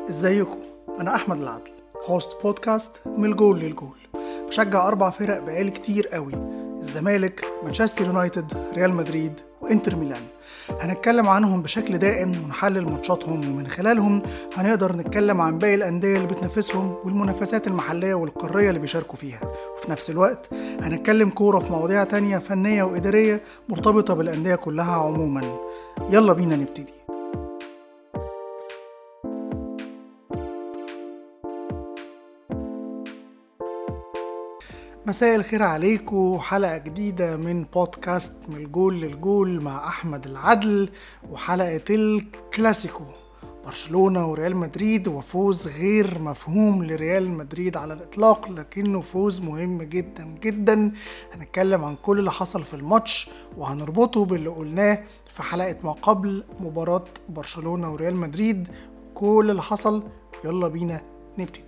ازيكم؟ انا احمد العدل، هوست بودكاست من الجول للجول. بشجع 4 فرق بقالي كتير قوي: الزمالك، مانشستر يونايتد، ريال مدريد وانتر ميلان. هنتكلم عنهم بشكل دائم ونحلل ماتشاتهم، ومن خلالهم هنقدر نتكلم عن باقي الأندية اللي بتنافسهم والمنافسات المحلية والقارية اللي بيشاركوا فيها. وفي نفس الوقت هنتكلم كورة في مواضيع تانية فنية وإدارية مرتبطة بالأندية كلها عموما. يلا بينا نبتدي. مساء الخير عليكم، حلقة جديدة من بودكاست من الجول للجول مع أحمد العدل، وحلقة الكلاسيكو برشلونة وريال مدريد. وفوز غير مفهوم لريال مدريد على الإطلاق، لكنه فوز مهم جدا جدا. هنتكلم عن كل اللي حصل في الماتش وهنربطه باللي قلناه في حلقة ما قبل مباراة برشلونة وريال مدريد وكل اللي حصل. يلا بينا نبتدي.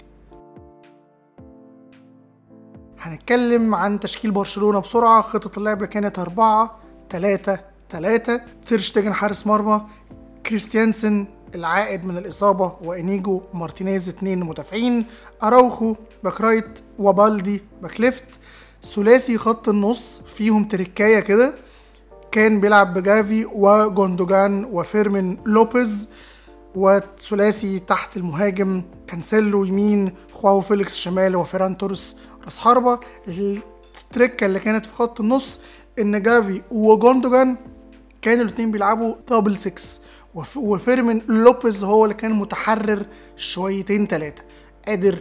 هنتكلم عن تشكيل برشلونة بسرعة. خطة اللعب كانت 4-3-3. تير شتيجن حارس مرمى، كريستيانسن العائد من الإصابة، وإنيجو مارتينيز 2 مدافعين، أراوخو باك رايت وبالدي باك ليفت. ثلاثي خط النص فيهم تركاية كده، كان بيلعب بجافي وجوندوجان وفيرمين لوبيز. وثلاثي تحت المهاجم كانسيلو يمين، خواو فيليكس شمال، وفيران توريس راس حربة. التركة اللي كانت في خط النص ان جافي وجوندوجان كانوا الاثنين بيلعبوا دبل 6، وفيرمين لوبيز هو اللي كان متحرر شويتين 3، قادر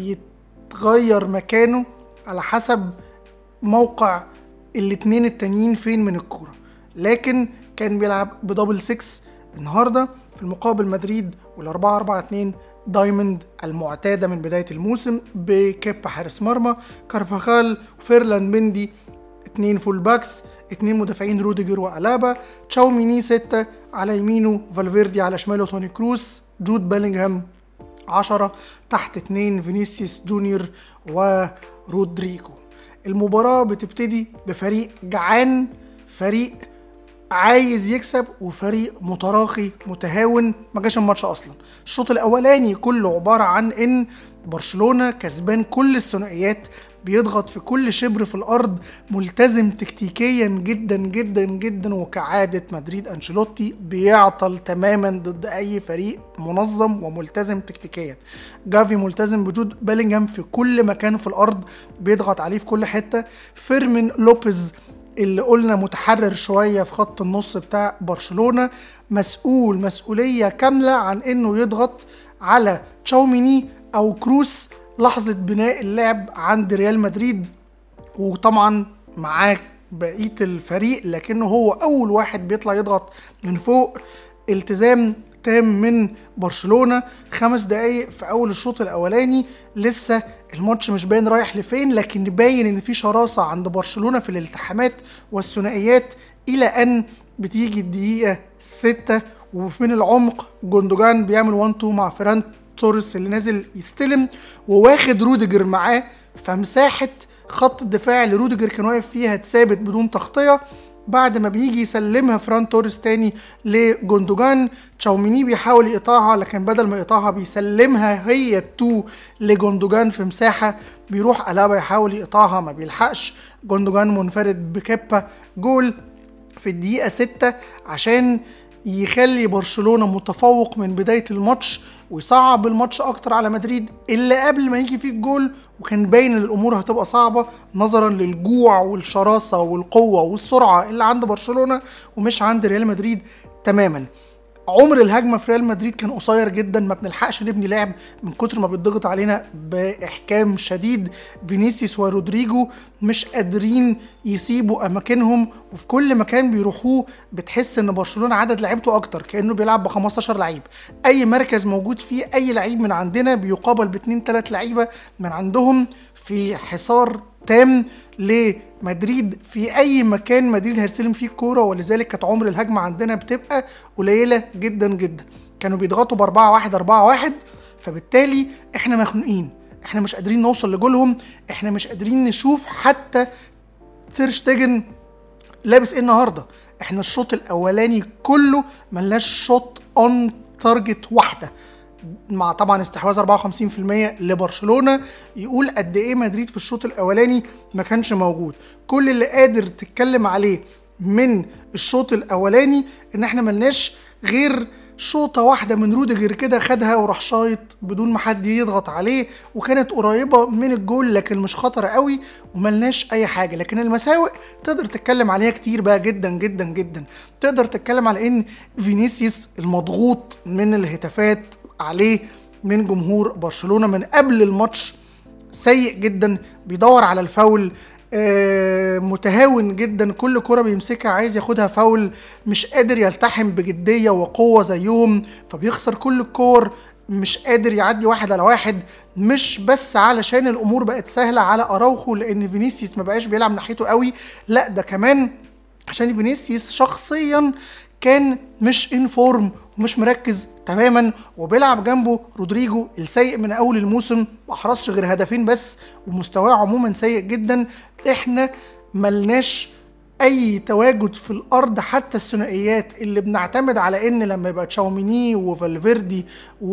يتغير مكانه على حسب موقع الاثنين التانيين فين من الكورة، لكن كان بيلعب بدبل 6 النهاردة. في المقابل مدريد وال4-4-2 دايموند المعتادة من بداية الموسم، بكيبا حارس مرمى، كارفاخال وفيرلاند مندي 2 فول باكس، 2 مدافعين روديجر وألابا، تشاوميني 6 على يمينه، فالفيردي على شماله توني كروس، جود بيلينغهام 10 تحت 2 فينيسيوس جونيور ورودريجو. المباراة بتبتدي بفريق جعان، فريق عايز يكسب، وفريق متراخي متهاون ما جاش الماتش اصلا. الشوط الاولاني كله عبارة عن ان برشلونة كسبان كل الثنائيات، بيضغط في كل شبر في الارض، ملتزم تكتيكيا جدا جدا جدا، وكعادة مدريد انشيلوتي بيعطل تماما ضد اي فريق منظم وملتزم تكتيكيا. جافي ملتزم بوجود بيلينغهام في كل مكان في الارض، بيضغط عليه في كل حتة. فيرمين لوبيز اللي قلنا متحرر شوية في خط النص بتاع برشلونة، مسؤولية كاملة عن انه يضغط على تشاوميني او كروس لحظة بناء اللعب عند ريال مدريد، وطبعا معاه بقية الفريق، لكنه هو اول واحد بيطلع يضغط من فوق. التزام تام من برشلونة. 5 دقايق في اول الشوط الاولاني، لسه الماتش مش باين رايح لفين، لكن باين ان في شراسة عند برشلونة في الالتحامات والثنائيات، الى ان بتيجي الدقيقة 6 ومن العمق جوندوجان بيعمل 1-2 مع فيران توريس اللي نازل يستلم وواخد روديجر معاه، فمساحة خط الدفاع اللي روديجر كان واقف فيها اتثابت بدون تغطية. بعد ما بيجي يسلمها فران توريس تاني لجوندوجان، تشاوميني بيحاول يقطعها، لكن بدل ما يقطعها بيسلمها هي التو لجوندوجان في مساحة، بيروح ألابا يحاول يقطعها ما بيلحقش، جوندوجان منفرد بكيبا. جول في الدقيقة 6 عشان يخلي برشلونة متفوق من بداية الماتش ويصعب الماتش اكتر على مدريد اللي قبل ما يجي فيه الجول، وكان باين ان الامور هتبقى صعبة نظرا للجوع والشراسة والقوة والسرعة اللي عند برشلونة ومش عند ريال مدريد تماما. عمر الهجمة في ريال مدريد كان قصير جدا، ما بنلحقش نبني لعب من كتر ما بتضغط علينا بإحكام شديد. فينيسيوس ورودريجو مش قادرين يسيبوا أماكنهم، وفي كل مكان بيروحوه بتحس ان برشلونة عدد لعيبته اكتر، كأنه بيلعب ب15 لعيب. اي مركز موجود فيه اي لعيب من عندنا بيقابل ب2-3 لعيبة من عندهم، في حصار تام لمدريد في اي مكان مدريد هيرسلم فيه الكوره، ولذلك كانت عمر الهجمه عندنا بتبقى قليله جدا جدا. كانوا بيضغطوا ب4-1 فبالتالي احنا مخنوقين، احنا مش قادرين نوصل لجولهم، احنا مش قادرين نشوف حتى تير شتيجن لابس ايه النهارده. احنا الشوط الاولاني كله ملناش شوط اون تارجت واحده، مع طبعا استحواذ 54% لبرشلونة، يقول قد ايه مدريد في الشوط الاولاني ما كانش موجود. كل اللي قادر تتكلم عليه من الشوط الاولاني ان احنا ملناش غير شوطة واحدة من روديجر كده خدها وراح شايط بدون ما حد يضغط عليه، وكانت قريبة من الجول لكن مش خطرة قوي، وملناش اي حاجة. لكن المساوئ تقدر تتكلم عليها كتير بقى جدا جدا جدا. تقدر تتكلم على ان فينيسيوس المضغوط من الهتافات عليه من جمهور برشلونة من قبل الماتش سيء جدا، بيدور على الفاول، متهاون جدا، كل كرة بيمسكها عايز ياخدها فاول، مش قادر يلتحم بجدية وقوة زيهم، فبيخسر كل الكور، مش قادر يعدي 1 على 1. مش بس علشان الامور بقت سهلة على اراوخو لان فينيسيوس ما بقاش بيلعب ناحيته قوي، لا ده كمان عشان فينيسيوس شخصيا كان مش انفورم ومش مركز تماما، وبيلعب جنبه رودريجو السيء من اول الموسم، ما احرزش غير هدفين بس، ومستواه عموما سيء جدا. احنا ملناش اي تواجد في الارض، حتى الثنائيات اللي بنعتمد على ان لما يبقى تشاوميني وفالفيردي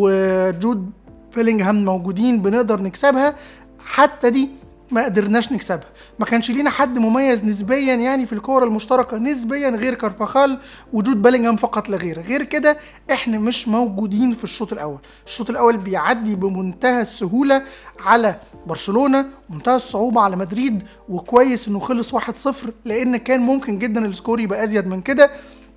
وجود بيلينغهام موجودين بنقدر نكسبها، حتى دي ما قدرناش نكسبها. ما كانش لينا حد مميز نسبيا يعني في الكوره المشتركه نسبيا غير كارفاخال وجود بيلينغهام فقط لا غير. غير كده احنا مش موجودين في الشوط الاول. الشوط الاول بيعدي بمنتهى السهوله على برشلونه، منتهى الصعوبه على مدريد، وكويس انه خلص 1-0 لان كان ممكن جدا السكور يبقى ازيد من كده.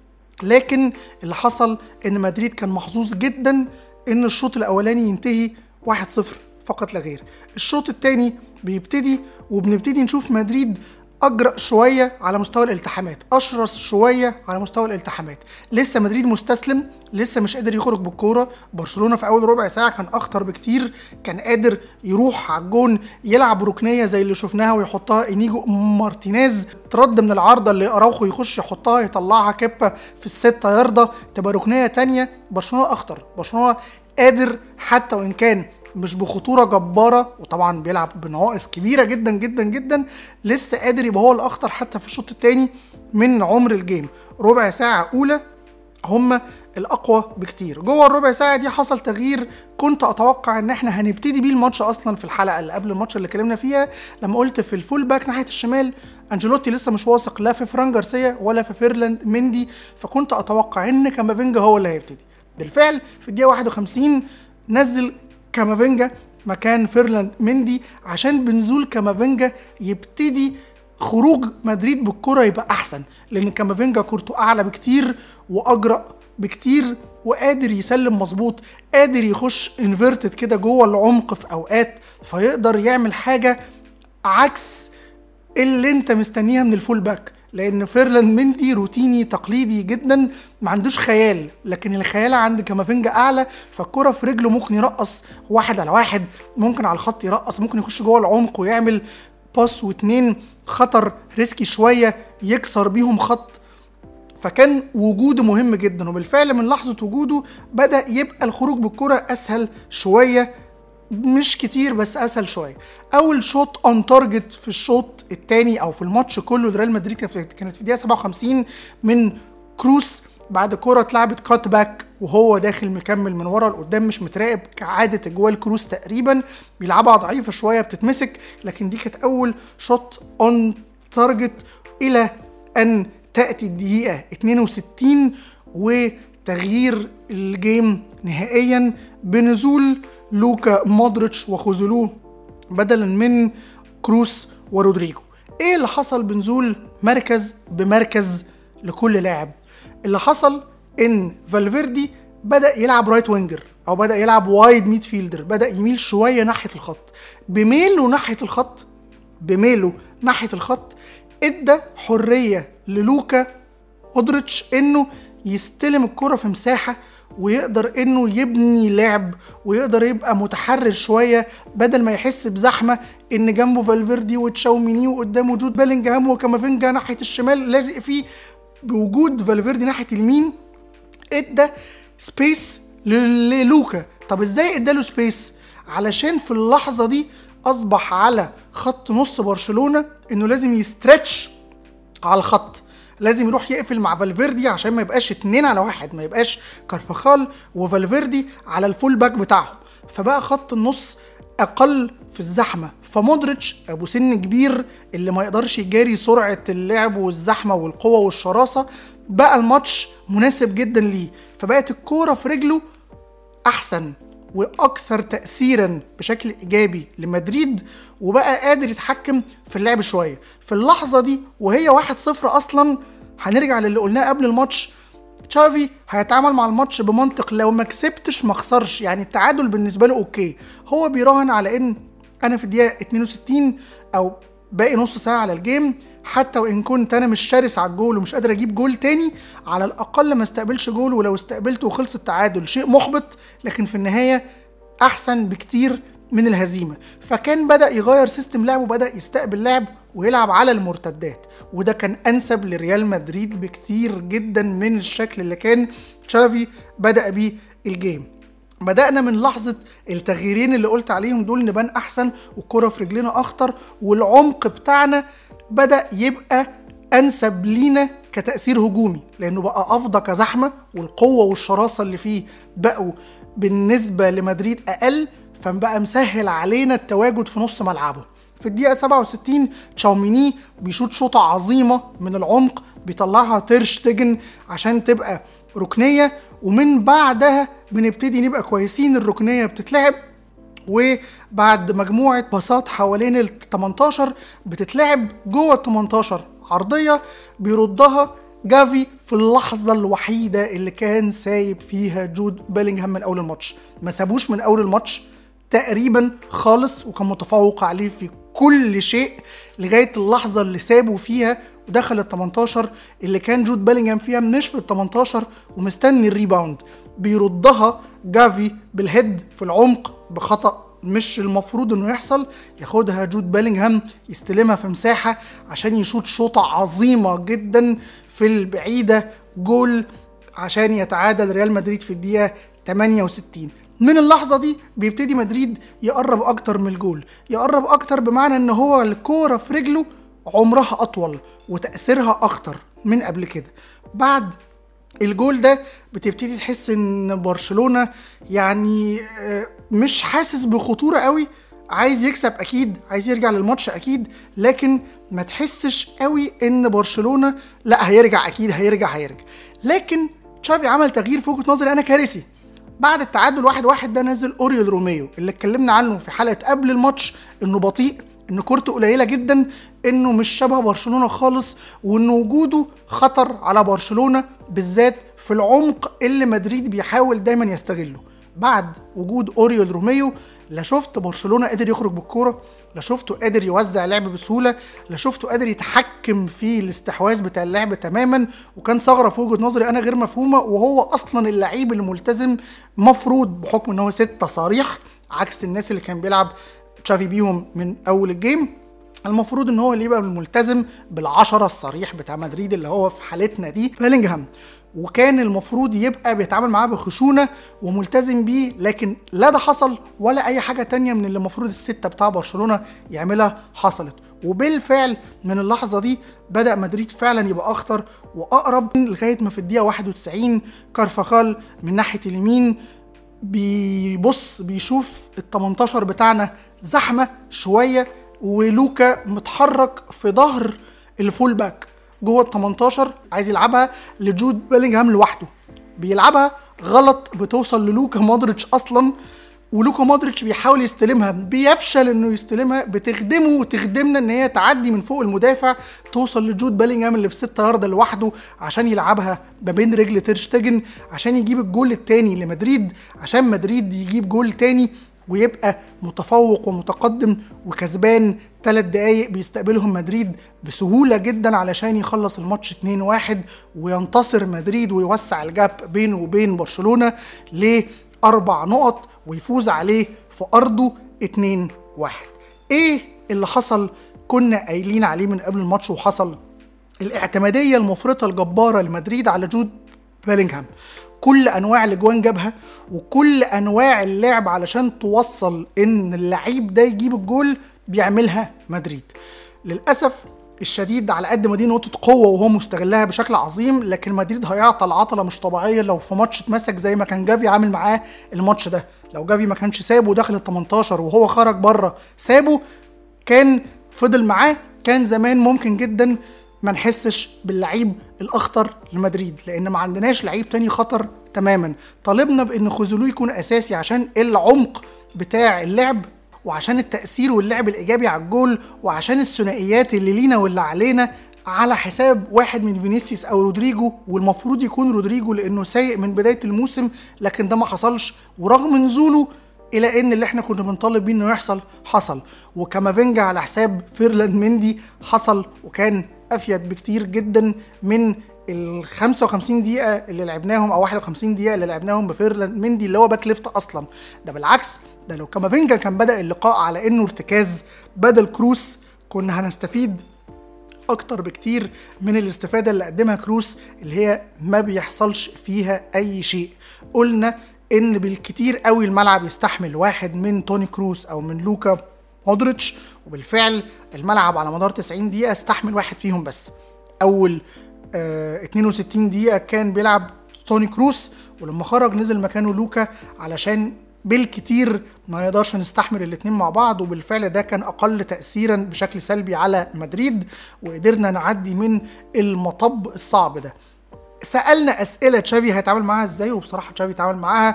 لكن اللي حصل ان مدريد كان محظوظ جدا ان الشوط الاولاني ينتهي 1-0 فقط لا غير. الشوط الثاني بيبتدي وبنبتدي نشوف مدريد أجرأ شوية على مستوى الالتحامات، أشرس شوية على مستوى الالتحامات. لسه مدريد مستسلم، لسه مش قادر يخرج بالكورة. برشلونة في أول ربع ساعة كان أخطر بكتير، كان قادر يروح على الجون يلعب ركنية زي اللي شفناها ويحطها إنيجو مارتينيز، ترد من العارضة اللي أراوخو يخش يحطها يطلعها كيبا في ال6 ياردة تبقى ركنية تانية. برشلونة أخطر، برشلونة قادر حتى وإن كان مش بخطورة جبارة، وطبعا بيلعب بنواقص كبيرة جدا جدا جدا، لسه قادر يبقى هو الأخطر حتى في الشوط الثاني من عمر الجيم. ربع ساعة أولى هم الأقوى بكتير. جوه الربع ساعة دي حصل تغيير كنت أتوقع إن احنا هنبتدي بيه الماتش أصلا في الحلقة اللي قبل الماتش اللي اتكلمنا فيها، لما قلت في الفول باك ناحية الشمال أنجيلوتي لسه مش واثق لا في فران جارسيا ولا في فيرلاند مندي، فكنت أتوقع إن كامافينجا هو اللي هيبتدي. بالفعل في الدقيقة 51 نزل كامافينجا مكان فيرلاند مندي، عشان بنزول كامافينجا يبتدي خروج مدريد بالكرة يبقى أحسن، لأن كامافينجا كورته أعلى بكتير وأجرأ بكتير وقادر يسلم مظبوط، قادر يخش انفيرتد كده جوه العمق في أوقات، فيقدر يعمل حاجة عكس اللي انت مستنيها من الفول باك. لان فيرلاند مندي روتيني تقليدي جدا ما عندوش خيال، لكن الخيال عند كامافينجا اعلى، فالكرة في رجله ممكن يرقص 1 على 1، ممكن على الخط يرقص، ممكن يخش جوه العمق ويعمل باس و2 خطر ريسكي شوية يكسر بيهم خط. فكان وجوده مهم جدا، وبالفعل من لحظة وجوده بدأ يبقى الخروج بالكرة اسهل شوية، مش كتير بس اسهل شويه. اول شوط اون تارجت في الشوط الثاني او في الماتش كله ريال مدريد كانت في الدقيقه 57 من كروس، بعد كره اتلعبت كات باك وهو داخل مكمل من ورا لقدام مش متراقب كعاده اجوال كروس، تقريبا بيلعبها ضعيفه شويه بتتمسك، لكن دي كانت اول شوط اون تارجت الى ان تاتي الدقيقه 62 وتغيير الجيم نهائيا بنزول لوكا مودريتش وخذلوه بدلا من كروس ورودريجو. ايه اللي حصل بنزول مركز بمركز لكل لاعب؟ اللي حصل ان فالفيردي بدأ يلعب رايت وينجر او بدأ يلعب وايد ميد فيلدر، بدأ يميل شوية ناحية الخط. بميله ناحية الخط ادى حرية للوكا مودريتش انه يستلم الكرة في مساحة ويقدر انه يبني لعب ويقدر يبقى متحرر شويه، بدل ما يحس بزحمه ان جنبه فالفيردي وتشاوميني وقدامه جود بيلينغهام وكامافينجا ناحيه الشمال لازق فيه، بوجود فالفيردي ناحيه اليمين ادى سبيس للوكا. طب ازاي اداله سبيس؟ علشان في اللحظه دي اصبح على خط نص برشلونه انه لازم يسترتش على الخط، لازم يروح يقفل مع فالفيردي عشان ما يبقاش 2-1، ما يبقاش كارفاخال وفالفيردي على الفول باك بتاعهم، فبقى خط النص اقل في الزحمه. فمودريتش ابو سن كبير اللي ما يقدرش يجاري سرعه اللعب والزحمه والقوه والشراسه، بقى الماتش مناسب جدا ليه، فبقت الكوره في رجله احسن واكثر تاثيرا بشكل ايجابي لمدريد، وبقى قادر يتحكم في اللعب شويه. في اللحظه دي وهي 1-0 اصلا، هنرجع للي قلناه قبل الماتش، تشافي هيتعامل مع الماتش بمنطق لو ما كسبتش ما خسرش، يعني التعادل بالنسبه له اوكي. هو بيراهن على ان انا في الدقيقه 62 او باقي نص ساعه على الجيم، حتى وان كنت انا مش شرس على الجول ومش قادر اجيب جول تاني، على الاقل ما استقبلش جول، ولو استقبلته وخلص التعادل شيء محبط، لكن في النهايه احسن بكتير من الهزيمه. فكان بدا يغير سيستم لعبه، بدا يستقبل لعب ويلعب على المرتدات، وده كان انسب لريال مدريد بكتير جدا من الشكل اللي كان تشافي بدا بيه الجيم. بدأنا من لحظة التغييرين اللي قلت عليهم دول نبان أحسن، والكرة في رجلنا أخطر، والعمق بتاعنا بدأ يبقى أنسب لينا كتأثير هجومي، لأنه بقى أفضى كزحمة، والقوة والشراسة اللي فيه بقوا بالنسبة لمدريد أقل، فبقى مسهل علينا التواجد في نص ملعبه. في الدقيقة 67 تشاوميني بيشوط شوطة عظيمة من العمق، بيطلعها تير شتيجن عشان تبقى ركنية، ومن بعدها بنبتدي نبقى كويسين. الركنية بتتلعب، وبعد مجموعة باصات حوالين ال 18 بتتلعب جوه ال 18 عرضية، بيردها جافي في اللحظة الوحيدة اللي كان سايب فيها جود بيلينغهام من أول الماتش. ما سابوش من أول الماتش تقريبا خالص، وكان متفوق عليه في كل شيء لغاية اللحظة اللي سابوا فيها ودخل ال 18 اللي كان جود بيلينغهام فيها مش في ال 18 ومستني الريباوند. بيردها جافي بالهيد في العمق بخطأ مش المفروض انه يحصل، ياخدها جود بيلينغهام يستلمها في مساحة عشان يشوط شوطة عظيمة جدا في البعيدة، جول عشان يتعادل ريال مدريد في الدقيقة 68. من اللحظة دي بيبتدي مدريد يقرب اكتر من الجول، يقرب اكتر بمعنى ان هو الكورة في رجله عمرها اطول وتأثيرها اكتر من قبل كده. بعد الجول ده بتبتدي تحس ان برشلونة يعني مش حاسس بخطورة قوي، عايز يكسب اكيد، عايز يرجع للماتش اكيد، لكن ما تحسش قوي ان برشلونة لا هيرجع اكيد، هيرجع. لكن تشافي عمل تغيير في وجهة نظري انا كارثي. بعد التعادل 1-1 ده نزل اوريول روميو اللي اتكلمنا عنه في حلقة قبل الماتش، انه بطيء، ان كورته قليلة جدا، انه مش شبه برشلونة خالص، وان وجوده خطر على برشلونة بالذات في العمق اللي مدريد بيحاول دايما يستغله. بعد وجود اوريول روميو لا شفت برشلونة قادر يخرج بالكورة، لا شفته قادر يوزع لعب بسهولة، لا شفته قادر يتحكم في الاستحواذ بتاع اللعب تماما، وكان ثغرة في وجهة نظري انا غير مفهومة. وهو اصلا اللعيب الملتزم مفروض بحكم ان هو 6 صريح عكس الناس اللي كان بيلعب تشافي بيهم من اول الجيم، المفروض ان هو اللي يبقى ملتزم بال10 الصريح بتاع مدريد اللي هو في حالتنا دي بيلينغهام، وكان المفروض يبقى بيتعامل معاه بخشونة وملتزم بيه، لكن لا ده حصل ولا اي حاجة تانية من اللي المفروض ال6 بتاع برشلونة يعملها حصلت. وبالفعل من اللحظة دي بدأ مدريد فعلا يبقى اخطر واقرب، لغاية ما في الدقيقة 91 كارفاخال من ناحية اليمين بيبص بيشوف ال 18 بتاعنا زحمة شوية، ولوكا متحرك في ظهر الفول باك جوه ال 18 عايز يلعبها لجود بيلينغهام لوحده، بيلعبها غلط بتوصل للوكا مودريتش اصلا، ولوكا مودريتش بيحاول يستلمها بيفشل انه يستلمها، بتخدمه وتخدمنا ان هي تعدي من فوق المدافع توصل لجود بيلينغهام اللي في 6 ياردة لوحده عشان يلعبها ما بين رجل تير شتيجن عشان يجيب الجول الثاني لمدريد، عشان مدريد يجيب جول تاني ويبقى متفوق ومتقدم وكسبان 3 دقايق بيستقبلهم مدريد بسهولة جدا علشان يخلص الماتش 2-1 وينتصر مدريد ويوسع الجاب بينه وبين برشلونة ل4 نقط ويفوز عليه في أرضه 2-1. ايه اللي حصل؟ كنا قايلين عليه من قبل الماتش وحصل، الاعتمادية المفرطة الجبارة لمدريد على جود بيلينغهام، كل انواع الاجوان جابها وكل انواع اللعب علشان توصل ان اللعيب ده يجيب الجول بيعملها مدريد. للاسف الشديد على قد ما دي نقطة قوة وهو مستغلها بشكل عظيم، لكن مدريد هيعطل عطلة مش طبيعية لو في ماتش اتمسك زي ما كان جافي عامل معاه الماتش ده. لو جافي ما كانش سابه داخل ال 18 وهو خرج بره سابه كان فضل معاه، كان زمان ممكن جدا ما نحسش باللعيب الاخطر لمدريد، لان ما عندناش لعيب تاني خطر تماما. طالبنا بان خوزولو يكون اساسي عشان العمق بتاع اللعب، وعشان التأثير واللعب الإيجابي على الجول، وعشان الثنائيات اللي لينا واللي علينا على حساب واحد من فينيسيوس أو رودريجو، والمفروض يكون رودريجو لأنه سيء من بداية الموسم، لكن ده ما حصلش، ورغم نزوله إلى إن اللي احنا كنا بنطالب بيه إنه يحصل حصل. وكامافينجا على حساب فيرلاند مندي حصل، وكان أفيد بكتير جدا من ال 55 دقيقة اللي لعبناهم أو 51 دقيقة اللي لعبناهم بفيرلاند مندي اللي هو باك ليفت أصلا. ده بالعكس، ده لو كامافينجا كان بدأ اللقاء على إنه ارتكاز بدل كروس كنا هنستفيد أكتر بكتير من الاستفادة اللي قدمها كروس، اللي هي ما بيحصلش فيها أي شيء. قلنا إن بالكتير قوي الملعب يستحمل واحد من توني كروس أو من لوكا مودريتش، وبالفعل الملعب على مدار 90 دقيقة استحمل واحد فيهم بس. أول 62 دقيقة كان بيلعب توني كروس، ولما خرج نزل مكانه لوكا علشان بالكتير ما نقدرش نستحمل الاتنين مع بعض، وبالفعل ده كان أقل تأثيرا بشكل سلبي على مدريد، وقدرنا نعدي من المطب الصعب ده. سألنا أسئلة تشافي هيتعامل معاها ازاي، وبصراحة تشافي تعامل معاها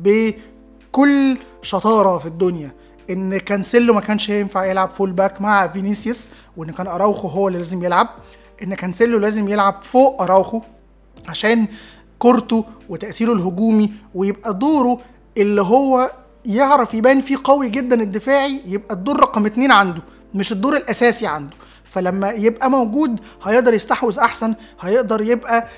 بكل شطارة في الدنيا. ان كانسيلو ما كانش ينفع يلعب فول باك مع فينيسيوس، وان كان اراوخو هو اللي لازم يلعب، ان كانسيلو لازم يلعب فوق اراوخو عشان كورته وتأثيره الهجومي، ويبقى دوره اللي هو يعرف يبان فيه قوي جدا الدفاعي، يبقى الدور رقم 2 عنده مش الدور الاساسي عنده. فلما يبقى موجود هيقدر يستحوذ احسن، هيقدر يبقى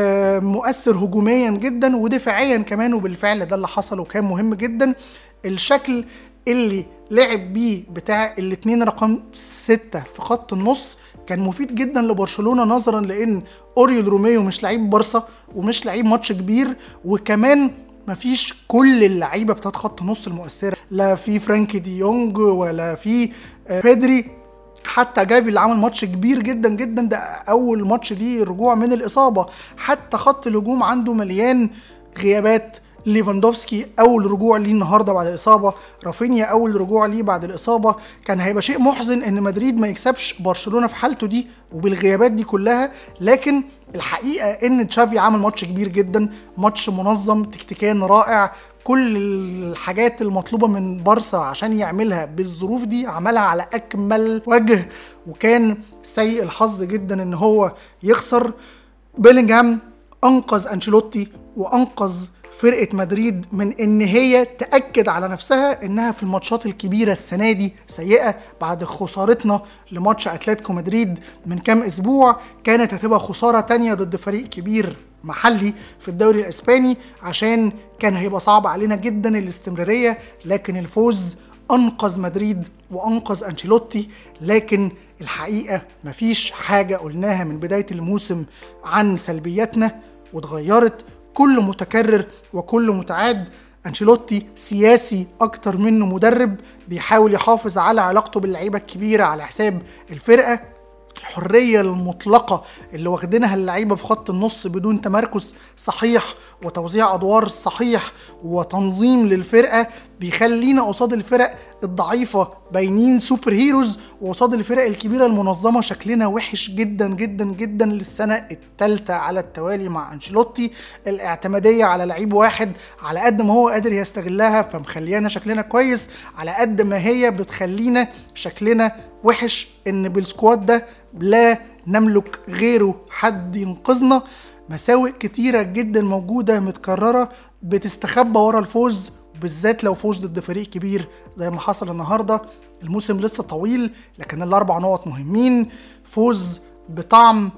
مؤثر هجوميا جدا ودفاعيا كمان، وبالفعل ده اللي حصل وكان مهم جدا. الشكل اللي لعب بيه بتاع الاتنين رقم 6 في خط النص كان مفيد جدا لبرشلونة، نظرا لان اوريول روميو مش لعيب بارسا ومش لعيب ماتش كبير، وكمان مفيش كل اللعيبه بتاعت خط النص المؤثره، لا في فرانكي دي يونج ولا في بيدري، حتى جافي اللي عمل ماتش كبير جدا جدا، ده اول ماتش ليه رجوع من الاصابه. حتى خط الهجوم عنده مليان غيابات، ليفاندوفسكي اول رجوع ليه النهارده بعد الاصابه، رافينيا اول رجوع ليه بعد الاصابه. كان هيبقى شيء محزن ان مدريد ما يكسبش برشلونه في حالته دي وبالغيابات دي كلها، لكن الحقيقه ان تشافي عمل ماتش كبير جدا، ماتش منظم تكتيكيا رائع، كل الحاجات المطلوبه من بارسا عشان يعملها بالظروف دي عملها على اكمل وجه، وكان سيء الحظ جدا ان هو يخسر. بيلينغهام انقذ انشيلوتي وانقذ فرقة مدريد من ان هي تأكد على نفسها انها في الماتشات الكبيرة السنة دي سيئة. بعد خسارتنا لماتش اتلتيكو مدريد من كام اسبوع كانت هتبقى خسارة تانية ضد فريق كبير محلي في الدوري الاسباني، عشان كان هيبقى صعب علينا جدا الاستمرارية، لكن الفوز انقذ مدريد وانقذ انشيلوتي. لكن الحقيقة مفيش حاجة قلناها من بداية الموسم عن سلبياتنا واتغيرت، كل متكرر وكل متعاد. أنشيلوتي سياسي أكتر منه مدرب، بيحاول يحافظ على علاقته باللعيبة الكبيرة على حساب الفرقة. الحرية المطلقة اللي واخدينها اللعيبة في خط النص بدون تمركز صحيح وتوزيع أدوار صحيح وتنظيم للفرقة بيخلينا قصاد الفرق الضعيفة باينين سوبر هيروز، وقصاد الفرق الكبيرة المنظمة شكلنا وحش جدا جدا جدا للسنة الثالثة على التوالي مع أنشيلوتي. الاعتمادية على لعيب واحد على قد ما هو قادر يستغلها فمخلينا شكلنا كويس، على قد ما هي بتخلينا شكلنا وحش، ان بالسكواد ده لا نملك غيره حد ينقذنا. مساوئ كتيرة جدا موجودة متكررة بتستخبى ورا الفوز، وبالذات لو فوز ضد فريق كبير زي ما حصل النهاردة. الموسم لسه طويل لكن ال4 نقط مهمين، فوز بطعم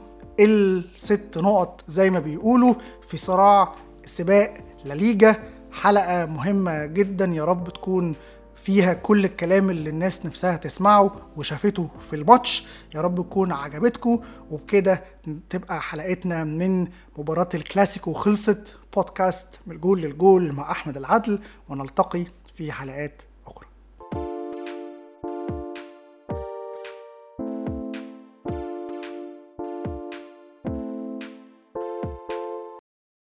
ال6 نقط زي ما بيقولوا في صراع سباق لليجا. حلقة مهمة جدا، يا رب تكون فيها كل الكلام اللي الناس نفسها تسمعه وشافته في الماتش، يا رب تكون عجبتكم. وبكده تبقى حلقتنا من مباراة الكلاسيكو خلصت. بودكاست من الجول للجول مع أحمد العدل، ونلتقي في حلقات